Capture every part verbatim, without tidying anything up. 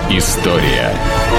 История.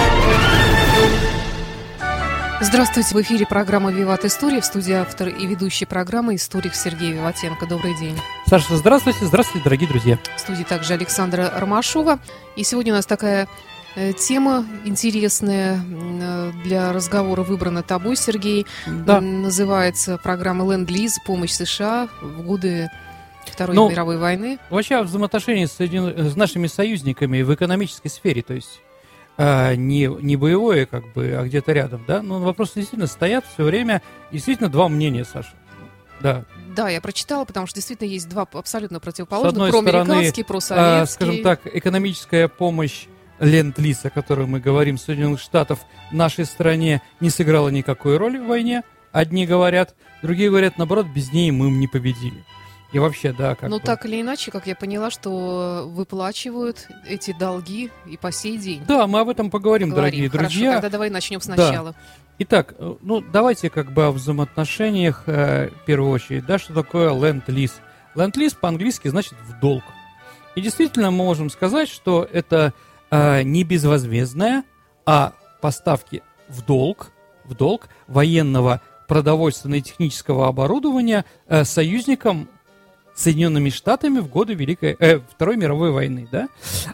Здравствуйте, в эфире программа «Виват История», в студии автор и ведущий программы историк Сергей Виватенко. Добрый день. Саша, здравствуйте, здравствуйте, дорогие друзья. В студии также Александра Ромашова. И сегодня у нас такая э, тема интересная э, для разговора выбрана тобой, Сергей. Да. Называется программа «Ленд-лиз. Помощь США в годы Второй ну, мировой войны». Вообще взаимоотношения с, Соедин... с нашими союзниками в экономической сфере, то есть а, не, не боевое, как бы, а где-то рядом, да? Но вопросы действительно стоят все время. Действительно, два мнения, Саша. Да. Да, я прочитала, потому что действительно есть два абсолютно противоположных, с одной проамериканский, стороны, просоветский. А, скажем так, экономическая помощь ленд-лиз, о которой мы говорим, Соединенных Штатов, в нашей стране не сыграла никакой роли в войне. Одни говорят, другие говорят, наоборот, без ней мы не победили. И вообще, да, как Ну, бы. так или иначе, как я поняла, что выплачивают эти долги и по сей день. Да, мы об этом поговорим, Поговорим. дорогие Хорошо, друзья. тогда давай начнем сначала. Да. Итак, ну, давайте как бы о взаимоотношениях, э, в первую очередь, да, что такое ленд-лиз. Ленд-лиз по-английски значит «в долг». И действительно мы можем сказать, что это э, не безвозмездное, а поставки в долг, в долг военного, продовольственного и технического оборудования э, союзникам Соединенными Штатами в годы Великой, э, Второй мировой войны, да?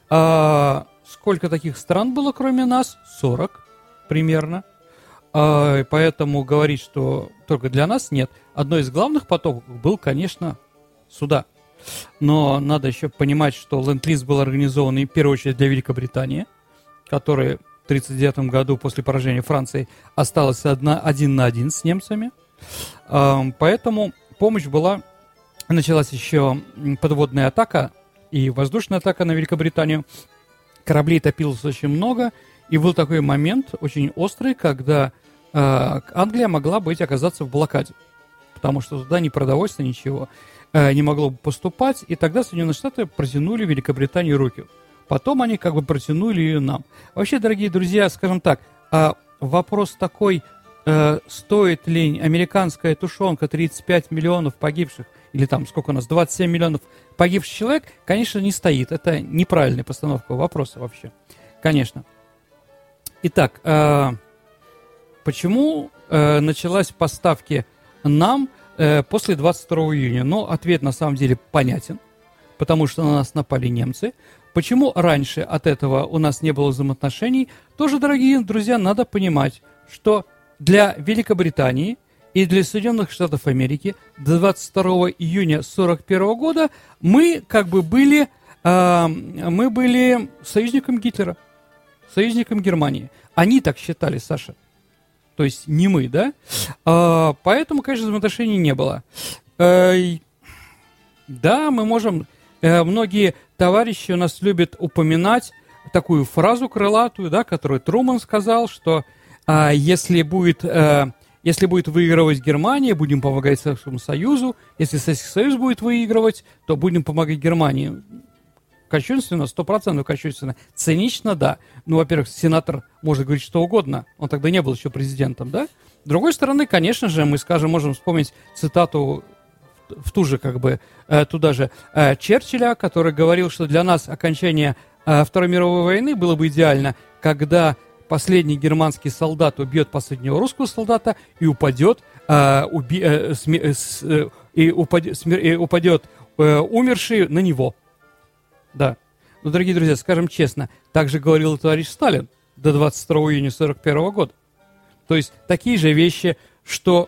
А, сколько таких стран было, кроме нас? сорок примерно. А, поэтому говорить, что только для нас, нет. Одной из главных потоков был, конечно, суда. Но надо еще понимать, что ленд-лиз был организован в первую очередь для Великобритании, которая в тридцать девятом году после поражения Франции осталась одна, один на один с немцами. А, поэтому помощь была... Началась еще подводная атака и воздушная атака на Великобританию. Кораблей топилось очень много. И был такой момент очень острый, когда э, Англия могла быть оказаться в блокаде. Потому что туда ни продовольствия, ничего э, не могло бы поступать. И тогда Соединенные Штаты протянули Великобритании руки. Потом они как бы протянули ее нам. Вообще, дорогие друзья, скажем так, э, вопрос такой, э, стоит ли американская тушенка тридцать пять миллионов погибших, или там сколько у нас, двадцать семь миллионов погибших человек, конечно, не стоит. Это неправильная постановка вопроса вообще. Конечно. Итак, э, почему э, началась поставки нам э, после двадцать второго июня? Ну, ответ на самом деле понятен, потому что на нас напали немцы. Почему раньше от этого у нас не было взаимоотношений? Тоже, дорогие друзья, надо понимать, что для Великобритании и для Соединенных Штатов Америки до двадцать второго июня сорок первого года мы как бы были, э, мы были союзником Гитлера, союзником Германии. Они так считали, Саша. То есть не мы, да? Э, поэтому, конечно, взаимоотношений не было. Э, да, мы можем... Э, многие товарищи у нас любят упоминать такую фразу крылатую, да, которую Труман сказал, что э, если будет... Э, Если будет выигрывать Германия, будем помогать Советскому Союзу. Если Советский Союз будет выигрывать, то будем помогать Германии. Кощунственно, сто процентов кощунственно. Цинично, да. Ну, во-первых, сенатор может говорить что угодно. Он тогда не был еще президентом, да? С другой стороны, конечно же, мы, скажем, можем вспомнить цитату в ту же, как бы, туда же, Черчилля, который говорил, что для нас окончание Второй мировой войны было бы идеально, когда... последний германский солдат убьет последнего русского солдата и упадет, э, уби, э, сме, э, с, э, и упадет, смер, и упадет э, умерший на него. Да. Но, дорогие друзья, скажем честно, так же говорил товарищ Сталин до двадцать второго июня сорок первого года. То есть такие же вещи, что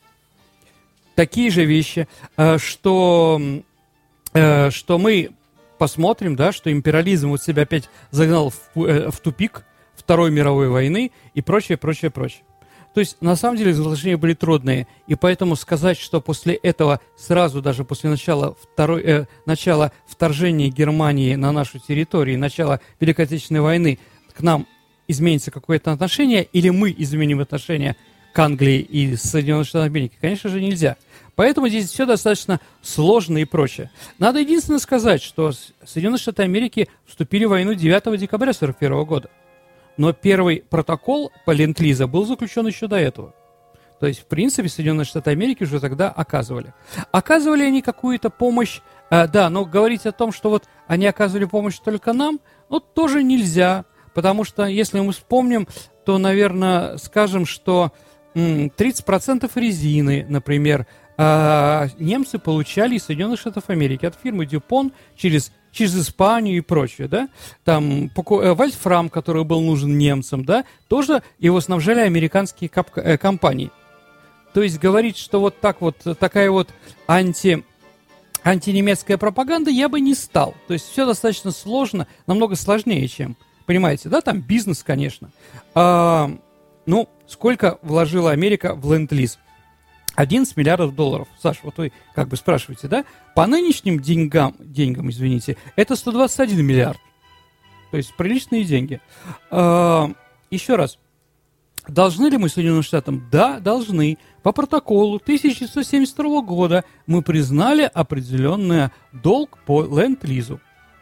такие же вещи, э, что, э, что мы посмотрим, да, что империализм вот себя опять загнал в, э, в тупик Второй мировой войны и прочее, прочее, прочее. То есть, на самом деле, взаимоотношения были трудные, и поэтому сказать, что после этого, сразу даже после начала, второй, э, начала вторжения Германии на нашу территорию, начала Великой Отечественной войны, к нам изменится какое-то отношение, или мы изменим отношение к Англии и Соединенным Штатам Америки, конечно же, нельзя. Поэтому здесь все достаточно сложно и прочее. Надо единственное сказать, что Соединенные Штаты Америки вступили в войну девятого декабря сорок первого года. Но первый протокол по ленд-лизу был заключен еще до этого. То есть, в принципе, Соединенные Штаты Америки уже тогда оказывали. Оказывали они какую-то помощь, э, да, но говорить о том, что вот они оказывали помощь только нам, ну, тоже нельзя. Потому что, если мы вспомним, то, наверное, скажем, что м, тридцать процентов резины, например, э, немцы получали из Соединенных Штатов Америки от фирмы Дюпон через, через Испанию и прочее, да. Там э, вольфрам, который был нужен немцам, да, тоже его снабжали американские кап- э, компании. То есть говорить, что вот так вот, такая вот анти... антинемецкая пропаганда, я бы не стал. То есть все достаточно сложно, намного сложнее, чем, понимаете, да, там бизнес, конечно. А, ну, сколько вложила Америка в ленд-лиз? одиннадцать миллиардов долларов. Саш, вот вы как бы спрашиваете, да? По нынешним деньгам, деньгам, извините, это сто двадцать один миллиард. То есть приличные деньги. А, еще раз. Должны ли мы Соединенным Штатам? Да, должны. По протоколу тысяча девятьсот семьдесят второго года мы признали определенный долг по ленд-лизу.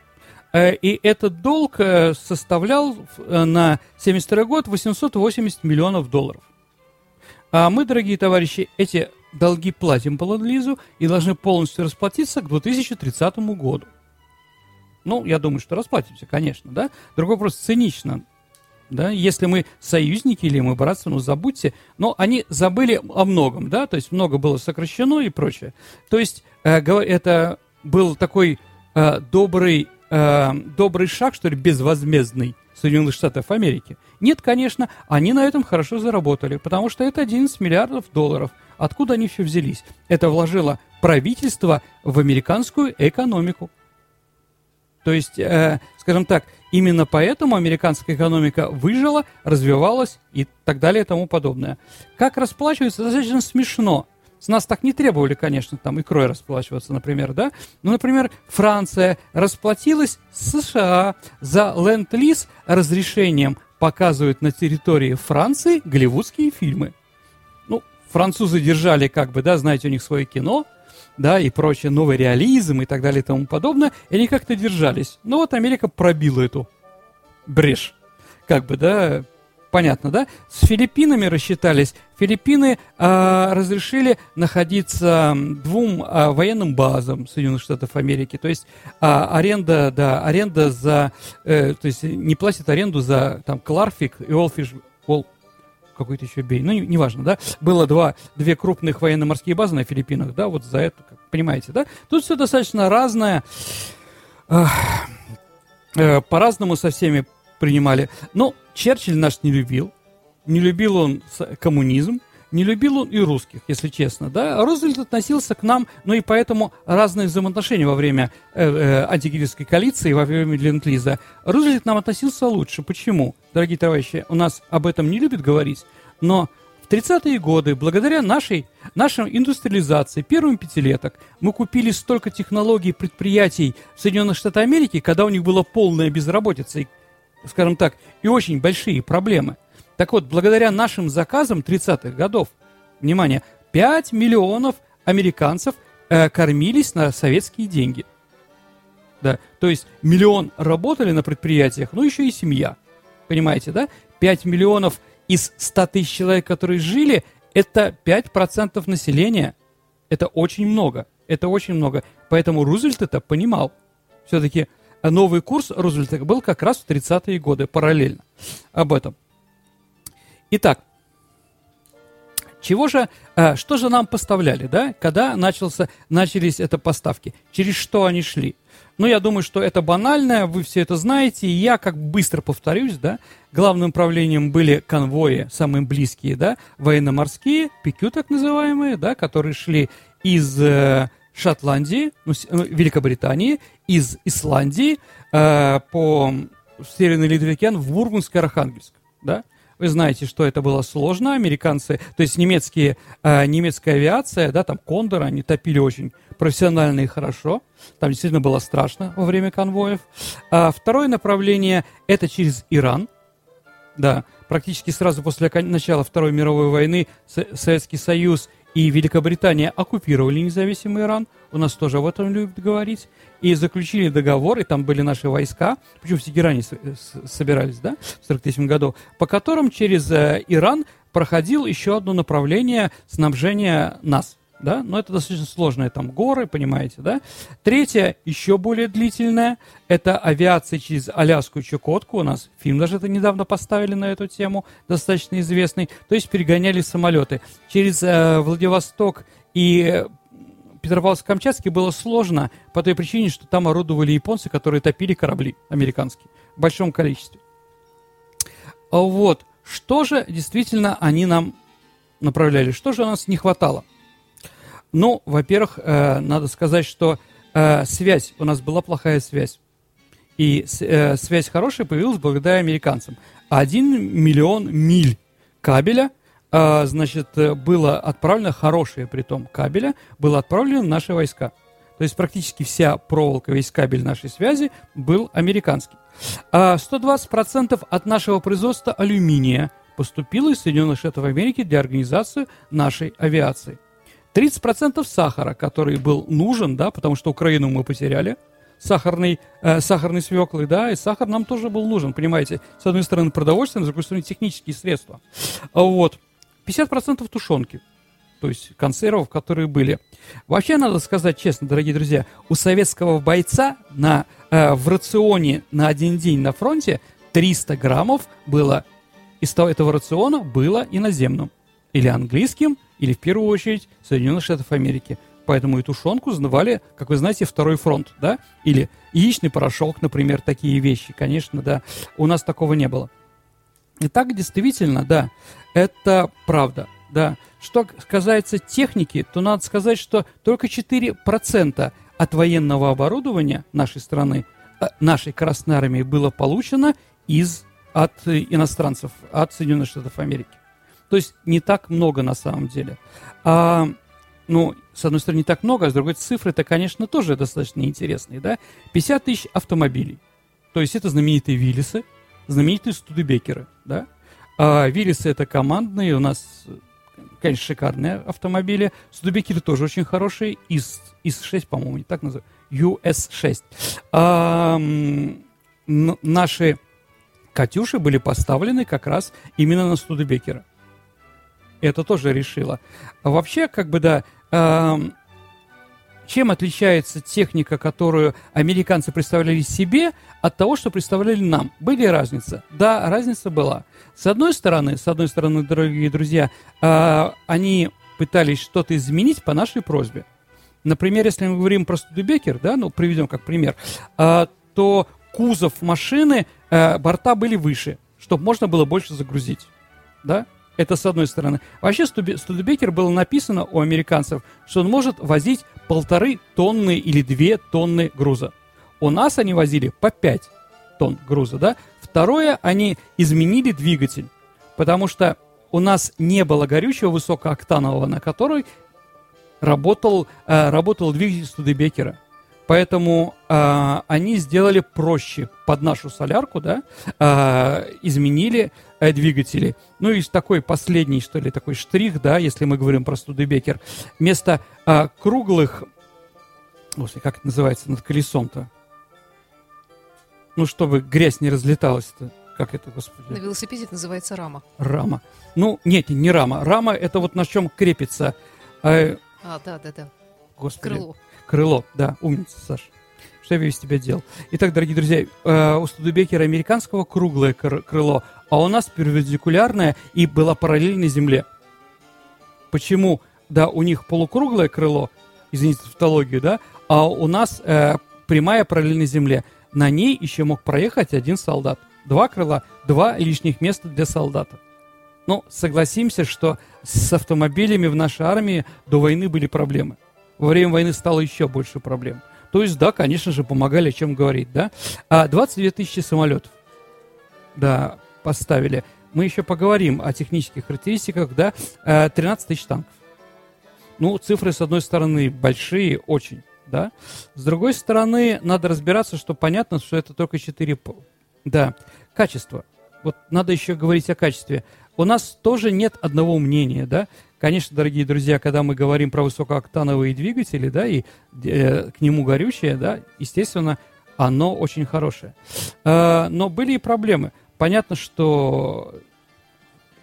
И этот долг составлял на семьдесят второй год восемьсот восемьдесят миллионов долларов. А мы, дорогие товарищи, эти долги платим по ленд-лизу и должны полностью расплатиться к две тысячи тридцатому году. Ну, я думаю, что расплатимся, конечно, да. Другой вопрос, цинично. Да, если мы союзники или мы братство, ну забудьте, но они забыли о многом, да, то есть много было сокращено и прочее. То есть э, это был такой э, добрый, э, добрый шаг, что ли, безвозмездный Соединенных Штатов Америки. Нет, конечно, они на этом хорошо заработали, потому что это одиннадцать миллиардов долларов. Откуда они все взялись? Это вложило правительство в американскую экономику. То есть, э, скажем так, именно поэтому американская экономика выжила, развивалась и так далее и тому подобное. Как расплачиваются, достаточно смешно. С нас так не требовали, конечно, там икрой расплачиваться, например, да? Ну, например, Франция расплатилась с США за ленд-лиз разрешением показывать на территории Франции голливудские фильмы. Ну, французы держали, как бы, да, знаете, у них свое кино, да, и прочее, новый реализм и так далее и тому подобное, и они как-то держались. Но вот Америка пробила эту брешь, как бы, да, понятно, да? С Филиппинами рассчитались. Филиппины а, разрешили находиться двум а, военным базам Соединенных Штатов Америки, то есть а, аренда, да, аренда за, э, то есть не платят аренду за, там, Кларфик и Олфиш, Ол, какой-то еще бей, ну, неважно, не да, было два, две крупных военно-морские базы на Филиппинах, да, вот за это, как, понимаете, да, тут все достаточно разное, э, э, по-разному со всеми принимали, но Черчилль наш не любил, не любил он коммунизм, не любил он и русских, если честно, да, Рузвельт относился к нам, ну и поэтому разные взаимоотношения во время э, э, антигитлеровской коалиции, во время ленд-лиза, Рузвельт к нам относился лучше. Почему? Дорогие товарищи, у нас об этом не любят говорить, но в тридцатые годы, благодаря нашей, нашей индустриализации, первым пятилеток, мы купили столько технологий предприятий в Соединенных Штатах Америки, когда у них была полная безработица, и, скажем так, и очень большие проблемы. Так вот, благодаря нашим заказам тридцатых годов, внимание, пять миллионов американцев э, кормились на советские деньги. Да, то есть миллион работали на предприятиях, ну еще и семья. Понимаете, да? пять миллионов из ста тысяч человек, которые жили, это пять процентов населения. Это очень много. Это очень много. Поэтому Рузвельт это понимал. Все-таки новый курс Рузвельта был как раз в тридцатые годы, параллельно об этом. Итак, чего же, э, что же нам поставляли, да, когда начался, начались это поставки, через что они шли? Ну, я думаю, что это банально, вы все это знаете, и я как быстро повторюсь, да, главным направлением были конвои, самые близкие, да, военно-морские, пи кью так называемые, да, которые шли из э, Шотландии, ну, Великобритании, из Исландии э, по Северный Ледовитый океан в Мурманск и Архангельск, да. Вы знаете, что это было сложно, американцы, то есть немецкие, э, немецкая авиация, да, там Кондор, они топили очень профессионально и хорошо, там действительно было страшно во время конвоев. А второе направление – это через Иран, да, практически сразу после начала Второй мировой войны Советский Союз и Великобритания оккупировали независимый Иран, у нас тоже об этом любят говорить, и заключили договор, и там были наши войска, причем в Тегеране собирались, да, в сорок третьем году, по которым через э, Иран проходил еще одно направление снабжения нас, да, но это достаточно сложные там горы, понимаете, да. Третья, еще более длительная, это авиация через Аляску и Чукотку, у нас фильм даже это недавно поставили на эту тему, достаточно известный, то есть перегоняли самолеты. Через э, Владивосток и Петропавловск-Камчатский было сложно по той причине, что там орудовали японцы, которые топили корабли американские в большом количестве. Вот, что же действительно они нам направляли, что же у нас не хватало? Ну, во-первых, э, надо сказать, что э, связь, у нас была плохая связь. И э, связь хорошая появилась благодаря американцам. Один миллион миль кабеля, э, значит, было отправлено, хорошее притом кабеля, было отправлено в наши войска. То есть практически вся проволока, весь кабель нашей связи был американский. А сто двадцать процентов от нашего производства алюминия поступило из Соединенных Штатов Америки для организации нашей авиации. тридцать процентов сахара, который был нужен, да, потому что Украину мы потеряли, сахарной, э, сахарной свеклы, да, и сахар нам тоже был нужен, понимаете. С одной стороны продовольственные, с другой стороны технические средства. Вот. пятьдесят процентов тушенки, то есть консервов, которые были. Вообще, надо сказать честно, дорогие друзья, у советского бойца на, э, в рационе на один день на фронте триста граммов было, из того, этого рациона было иноземным. Или английским, или в первую очередь Соединенных Штатов Америки. Поэтому и тушенку знавали, как вы знаете, второй фронт, да? Или яичный порошок, например, такие вещи, конечно, да. У нас такого не было. Итак, действительно, да, это правда, да. Что касается техники, то надо сказать, что только четыре процента от военного оборудования нашей страны, нашей Красной Армии было получено из, от иностранцев, от Соединенных Штатов Америки. То есть не так много на самом деле. А, ну, с одной стороны, не так много, а с другой цифры-то, конечно, тоже достаточно интересные, да. пятьдесят тысяч автомобилей. То есть это знаменитые Виллисы, знаменитые Студебекеры, да. А Виллисы это командные, у нас, конечно, шикарные автомобили. Студебекеры тоже очень хорошие, ИС шесть, по-моему, не так называют, ю эс шесть. А, м- наши «Катюши» были поставлены как раз именно на Студебекера. Это тоже решило. А вообще, как бы, да, э, чем отличается техника, которую американцы представляли себе, от того, что представляли нам? Были разницы? Да, разница была. С одной стороны, с одной стороны, дорогие друзья, э, они пытались что-то изменить по нашей просьбе. Например, если мы говорим про Студебекер, да, ну, приведем как пример, э, то кузов машины, э, борта были выше, чтобы можно было больше загрузить, да? Это с одной стороны. Вообще Студебекер было написано у американцев, что он может возить полторы тонны или две тонны груза. У нас они возили по пять тонн груза, да. Второе, они изменили двигатель, потому что у нас не было горючего высокооктанового, на который работал, э, работал двигатель Студебекера. Поэтому э, они сделали проще под нашу солярку, да, э, изменили э, двигатели. Ну и такой последний, что ли, такой штрих, да, если мы говорим про Студебекер, вместо э, круглых, господи, как это называется над колесом-то? Ну, чтобы грязь не разлеталась-то. Как это, господи? На велосипеде это называется рама. Рама. Ну, нет, не рама. Рама — это вот на чем крепится. Э, а, да, да, да. Господи. Крыло. Крыло, да, умница, Саша. Что я весь тебя делал. Итак, дорогие друзья, э, у Студебекера американского круглое кр- крыло, а у нас перпендикулярное и было параллельно земле. Почему? Да, у них полукруглое крыло, извините тавтологию, да, а у нас э, прямая параллельно земле. На ней еще мог проехать один солдат. Два крыла, два лишних места для солдата. Ну, согласимся, что с автомобилями в нашей армии до войны были проблемы. Во время войны стало еще больше проблем. То есть, да, конечно же, помогали, о чем говорить, да. А двадцать две тысячи самолетов, да, поставили. Мы еще поговорим о технических характеристиках, да. тринадцать тысяч танков. Ну, цифры, с одной стороны, большие, очень, да. С другой стороны, надо разбираться, что понятно, что это только четыре... Да, качество. Вот надо еще говорить о качестве. У нас тоже нет одного мнения, да. Конечно, дорогие друзья, когда мы говорим про высокооктановые двигатели, да, и э, к нему горючее, да, естественно, оно очень хорошее. Э, но были и проблемы. Понятно, что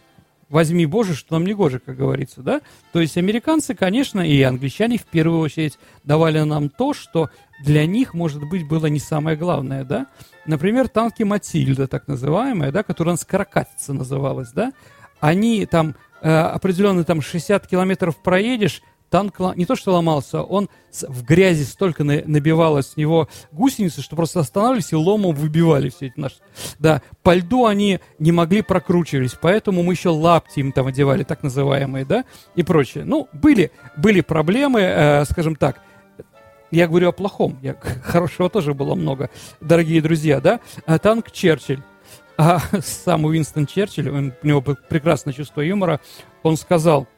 возьми, Боже, что нам не гоже, как говорится, да? То есть американцы, конечно, и англичане в первую очередь давали нам то, что для них, может быть, было не самое главное, да? Например, танки «Матильда», так называемая, да, которая «Скорокатица» называлась, да? Они там э, определенно там шестьдесят километров проедешь, танк не то что ломался, он в грязи столько на, набивалось с него гусеницы, что просто останавливались и ломом выбивали все эти наши. Да, по льду они не могли прокручивались, поэтому мы еще лапти им там одевали, так называемые, да, и прочее. Ну, были, были проблемы, э, скажем так. Я говорю о плохом, я, хорошего тоже было много, дорогие друзья, да. А танк «Черчилль». А сам Уинстон Черчилль, он, у него прекрасное чувство юмора, он сказал: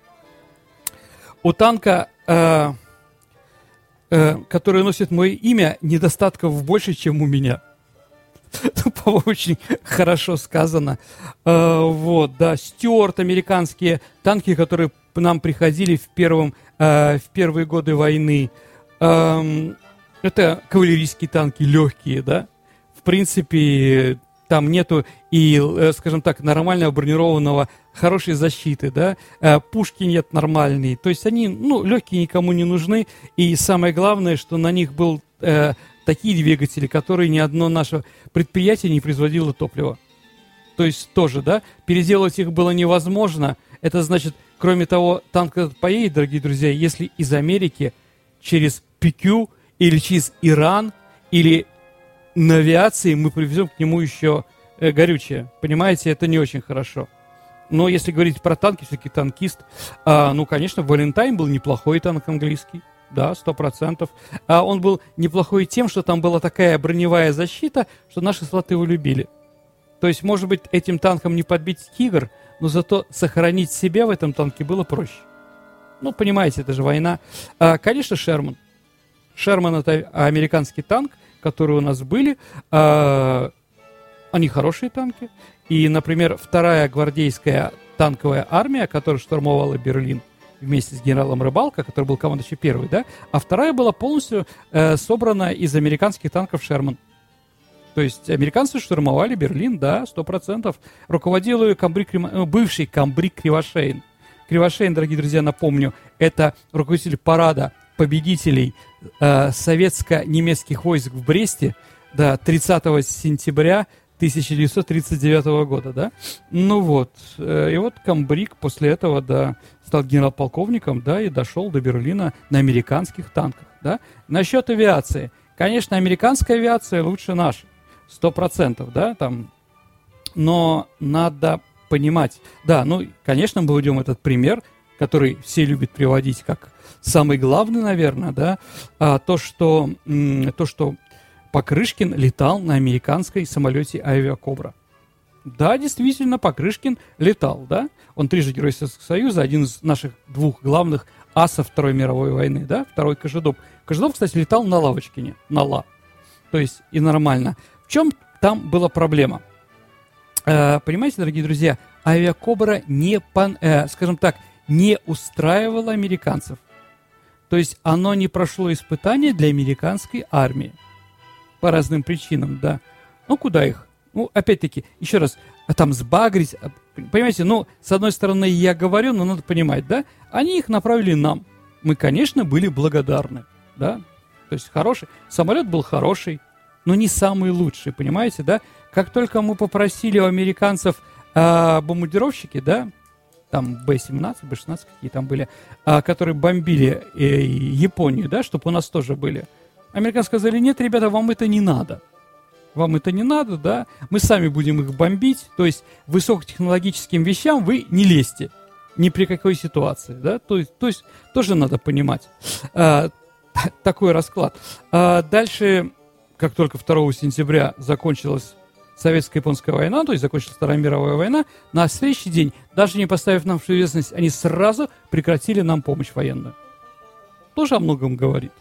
у танка, э, э, который носит мое имя, недостатков больше, чем у меня. Ну, по-моему, очень хорошо сказано. Э, вот, да, Стюарт, американские танки, которые к нам приходили в, первом, э, в первые годы войны. Э, это кавалерийские танки, легкие, да. В принципе, там нету и, скажем так, нормального бронированного, хорошей защиты, да, пушки нет нормальные, то есть они, ну, легкие никому не нужны, и самое главное, что на них был э, такие двигатели, которые ни одно наше предприятие не производило топлива. То есть тоже, да, переделать их было невозможно. Это значит, кроме того, танк этот поедет, дорогие друзья, если из Америки через ПК или через Иран или на авиации мы привезем к нему еще э, горючее. Понимаете, это не очень хорошо. Но если говорить про танки, все-таки танкист, а, ну, конечно, Валентайн был неплохой танк английский. Да, сто процентов. А он был неплохой тем, что там была такая броневая защита, что наши солдаты его любили. То есть, может быть, этим танком не подбить «Тигр», но зато сохранить себя в этом танке было проще. Ну, понимаете, это же война. А, конечно, Шерман. Шерман — это американский танк, которые у нас были. А, они хорошие танки. И, например, вторая гвардейская танковая армия, которая штурмовала Берлин вместе с генералом Рыбалко, который был командующий первый, да, а вторая была полностью э, собрана из американских танков Шерман. То есть американцы штурмовали Берлин, да, сто процентов. Руководил ее комбриг, бывший комбриг Кривошеин. Кривошеин, дорогие друзья, напомню, это руководитель парада победителей э, советско-немецких войск в Бресте, да, тридцатого сентября тысяча девятьсот тридцать девятого года, да. Ну вот, э, и вот комбриг после этого, да, стал генерал-полковником, да, и дошел до Берлина на американских танках, да. Насчет авиации. Конечно, американская авиация лучше нашей, сто процентов, да, там, но надо понимать, да, ну, конечно, мы ведем этот пример, который все любят приводить как самый главный, наверное, да, а, то, что, м, то, что Покрышкин летал на американской самолете «Авиакобра». Да, действительно, Покрышкин летал, да, он трижды Герой Советского Союза, один из наших двух главных асов Второй мировой войны, да, второй Кожедуб. Кожедуб, кстати, летал на Лавочкине, на Ла, то есть и нормально. В чем там была проблема? Э, понимаете, дорогие друзья, «Авиакобра» не, пан, э, скажем так, не устраивала американцев. То есть оно не прошло испытания для американской армии. По разным причинам, да. Ну, куда их? Ну, опять-таки, еще раз, а там сбагрить, понимаете, ну, с одной стороны, я говорю, но надо понимать, да, они их направили нам. Мы, конечно, были благодарны, да, то есть хороший, самолет был хороший, но не самый лучший, понимаете, да. Как только мы попросили у американцев а, бомбардировщики, да, там Бэ семнадцать, Бэ шестнадцать какие там были, а, которые бомбили э, Японию, да, чтобы у нас тоже были. Американцы сказали: нет, ребята, вам это не надо. Вам это не надо, да, мы сами будем их бомбить, то есть высокотехнологическим вещам вы не лезьте, ни при какой ситуации, да, то есть, то есть тоже надо понимать а, такой расклад. А дальше, как только второго сентября закончилась Советско-японская война, то есть закончилась Вторая мировая война, на следующий день, даже не поставив нам в известность, они сразу прекратили нам помощь военную. Тоже о многом говорит.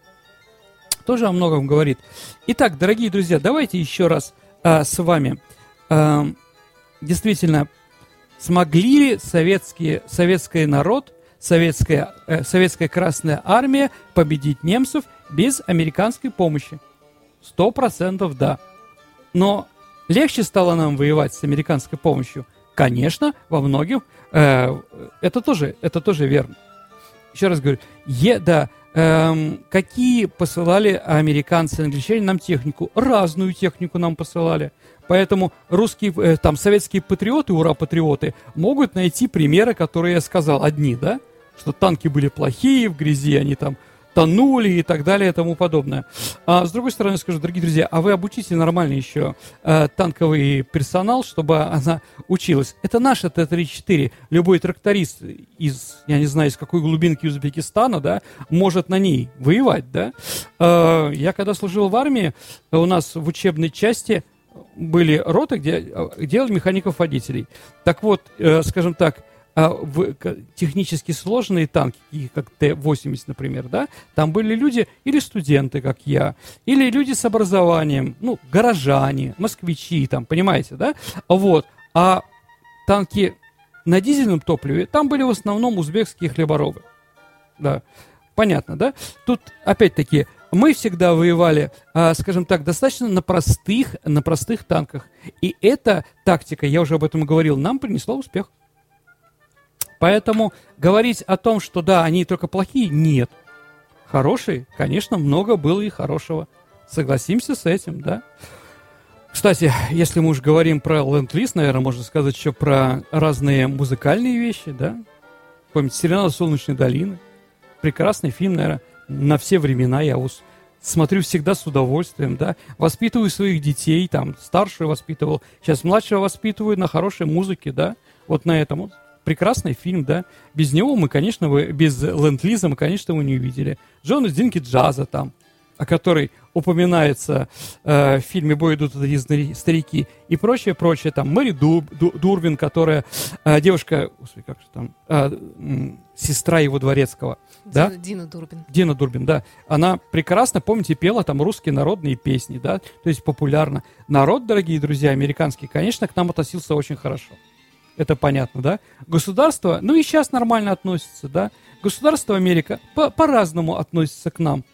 Тоже о многом говорит. Итак, дорогие друзья, давайте еще раз а, с вами а, действительно, смогли ли советские, советский народ, советская, э, советская Красная Армия победить немцев без американской помощи? Сто процентов да. Но легче стало нам воевать с американской помощью? Конечно, во многих э, это тоже, это тоже верно. Еще раз говорю, е, да, э, какие посылали американцы и англичане нам технику? Разную технику нам посылали. Поэтому русские, э, там, советские патриоты, ура-патриоты, могут найти примеры, которые я сказал, одни, да? Что танки были плохие, в грязи они там тонули и так далее и тому подобное. А с другой стороны скажу, дорогие друзья, а вы обучите нормально еще э, танковый персонал, чтобы она училась. Это наша Т тридцать четыре. Любой тракторист из, я не знаю, из какой глубинки Узбекистана, да, может на ней воевать, да. Э, я когда служил в армии, у нас в учебной части были роты, где делали механиков-водителей. Так вот, э, скажем так, а в технически сложные танки, как Т восемьдесят, например, да, там были люди или студенты, как я, или люди с образованием, ну, горожане, москвичи, там, понимаете, да, вот. А танки на дизельном топливе, там были в основном узбекские хлеборобы, да, понятно, да. Тут, опять-таки, мы всегда воевали, а, скажем так, достаточно на простых, на простых танках, и эта тактика, я уже об этом говорил, нам принесла успех. Поэтому говорить о том, что да, они только плохие, нет. Хорошие, конечно, много было и хорошего. Согласимся с этим, да. Кстати, если мы уж говорим про ленд-лиз, наверное, можно сказать еще про разные музыкальные вещи, да. Помните, «Серенада Солнечной долины». Прекрасный фильм, наверное, на все времена. Я его смотрю всегда с удовольствием, да. Воспитываю своих детей, там, старшего воспитывал, сейчас младшего воспитываю на хорошей музыке, да. Вот на этом вот. Прекрасный фильм, да. Без него мы, конечно, вы, без ленд-лиза мы, конечно, его не увидели. Джон из Динки Джаза там, о которой упоминается э, в фильме «Бой идут одни старики» и прочее, прочее. Там Мэри Ду, Ду, Дурвин, которая э, девушка, господи, как же там, э, м, сестра его дворецкого. Дина, да? Дина Дурбин. Дина Дурбин, да. Она прекрасно, помните, пела там русские народные песни, да, то есть популярно. Народ, дорогие друзья, американский, конечно, к нам относился очень хорошо. Это понятно, да? Государство, ну и сейчас нормально относится, да? Государство Америка по- по-разному относится к нам.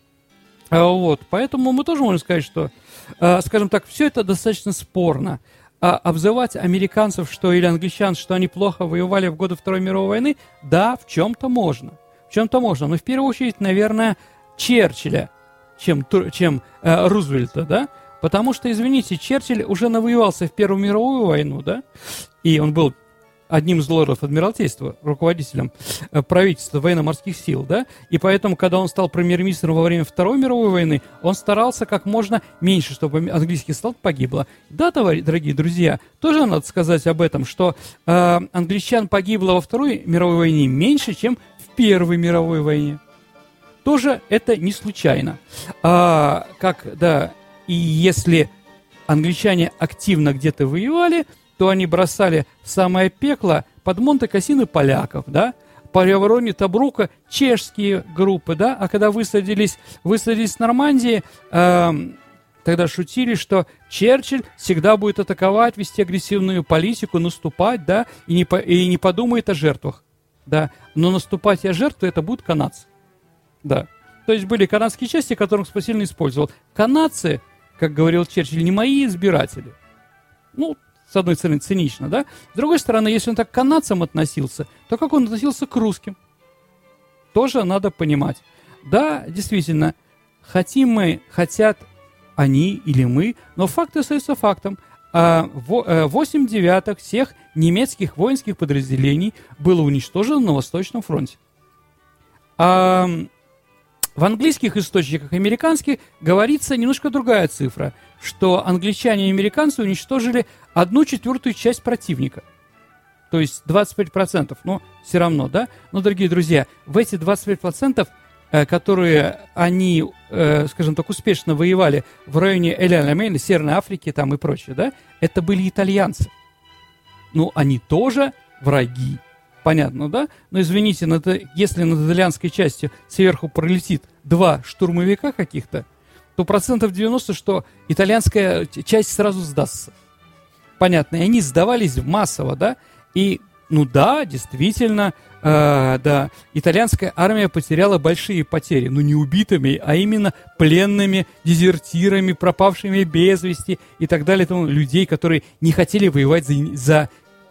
А, вот, поэтому мы тоже можем сказать, что, а, скажем так, все это достаточно спорно. А обзывать американцев, что или англичан, что они плохо воевали в годы Второй мировой войны, да, в чем-то можно. В чем-то можно. Но в первую очередь, наверное, Черчилля, чем, чем э, Рузвельта, да? Потому что, извините, Черчилль уже навоевался в Первую мировую войну, да, и он был одним из лордов Адмиралтейства, руководителем э, правительства военно-морских сил, да, и поэтому, когда он стал премьер-министром во время Второй мировой войны, он старался как можно меньше, чтобы английских солдат погибло. Да, товарищи, дорогие друзья, тоже надо сказать об этом, что э, англичан погибло во Второй мировой войне меньше, чем в Первой мировой войне. Тоже это не случайно. А, как, да... И если англичане активно где-то воевали, то они бросали в самое пекло под Монте-Кассино поляков, да, по районе Тобрука чешские группы, да, а когда высадились, высадились в Нормандии, э, тогда шутили, что Черчилль всегда будет атаковать, вести агрессивную политику, наступать, да, и не, по, и не подумает о жертвах, да, но наступать и о жертве это будут канадцы, да. То есть были канадские части, которых он сильно использовал. Канадцы, как говорил Черчилль, не мои избиратели. Ну, с одной стороны, цинично, да? С другой стороны, если он так к канадцам относился, то как он относился к русским? Тоже надо понимать. Да, действительно, хотим мы, хотят они или мы, но факт остается фактом. восемь девятых всех немецких воинских подразделений было уничтожено на Восточном фронте. А в английских источниках, американских, говорится немножко другая цифра, что англичане и американцы уничтожили одну четвертую часть противника. То есть двадцать пять процентов, но все равно, да? Но, дорогие друзья, в эти двадцать пять процентов, э, которые они, э, скажем так, успешно воевали в районе Эль-Аламейна, Северной Африки там и прочее, да? Это были итальянцы. Ну, они тоже враги. Понятно, да? Но извините, над, если над итальянской частью сверху пролетит два штурмовика каких-то, то процентов девяносто, что итальянская часть сразу сдастся. Понятно, и они сдавались массово, да? И, ну да, действительно, э, да, итальянская армия потеряла большие потери, но не убитыми, а именно пленными, дезертирами, пропавшими без вести и так далее, тому, людей, которые не хотели воевать за, за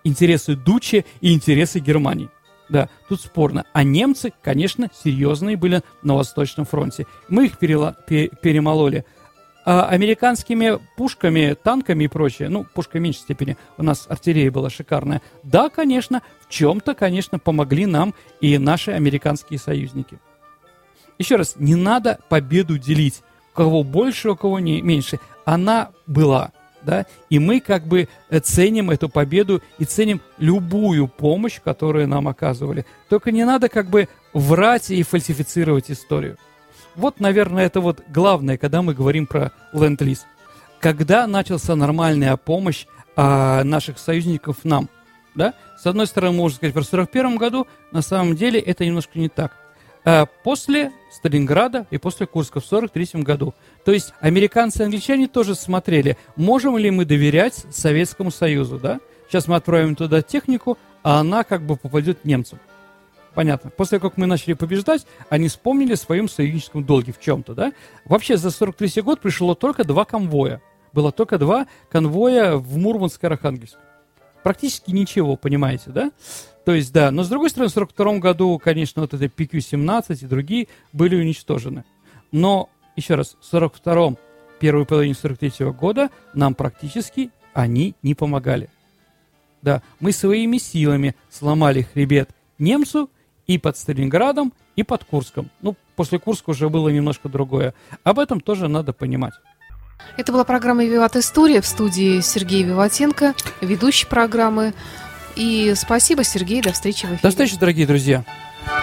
интересы Дуччи и интересы Германии. Да, тут спорно. А немцы, конечно, серьезные были на Восточном фронте. Мы их перела- пе- перемололи. А американскими пушками, танками и прочее, ну, пушка в меньшей степени, у нас артиллерия была шикарная. Да, конечно, в чем-то, конечно, помогли нам и наши американские союзники. Еще раз, не надо победу делить. У кого больше, у кого не, меньше. Она была, да, и мы как бы ценим эту победу и ценим любую помощь, которую нам оказывали. Только не надо как бы врать и фальсифицировать историю. Вот, наверное, это вот главное, когда мы говорим про ленд-лиз. Когда начался нормальная помощь а, наших союзников нам, да? С одной стороны, можно сказать, в сорок первом году, на самом деле это немножко не так. А после Сталинграда и после Курска в сорок третьем году. То есть американцы и англичане тоже смотрели, можем ли мы доверять Советскому Союзу, да? Сейчас мы отправим туда технику, а она как бы попадет немцам. Понятно. После того, как мы начали побеждать, они вспомнили о своем союзническом долге в чем-то, да? Вообще за сорок третий год пришло только два конвоя. Было только два конвоя в Мурманск и Архангельск. Практически ничего, понимаете, да? То есть, да. Но, с другой стороны, в сорок втором году, конечно, вот это пи кью семнадцать и другие были уничтожены. Но, еще раз, в сорок втором, первой половине сорок третьего года нам практически они не помогали. Да, мы своими силами сломали хребет немцу и под Сталинградом, и под Курском. Ну, после Курска уже было немножко другое. Об этом тоже надо понимать. Это была программа «Виват История», в студии Сергей Виватенко, ведущий программы. И спасибо, Сергей, до встречи в эфире. До встречи, дорогие друзья.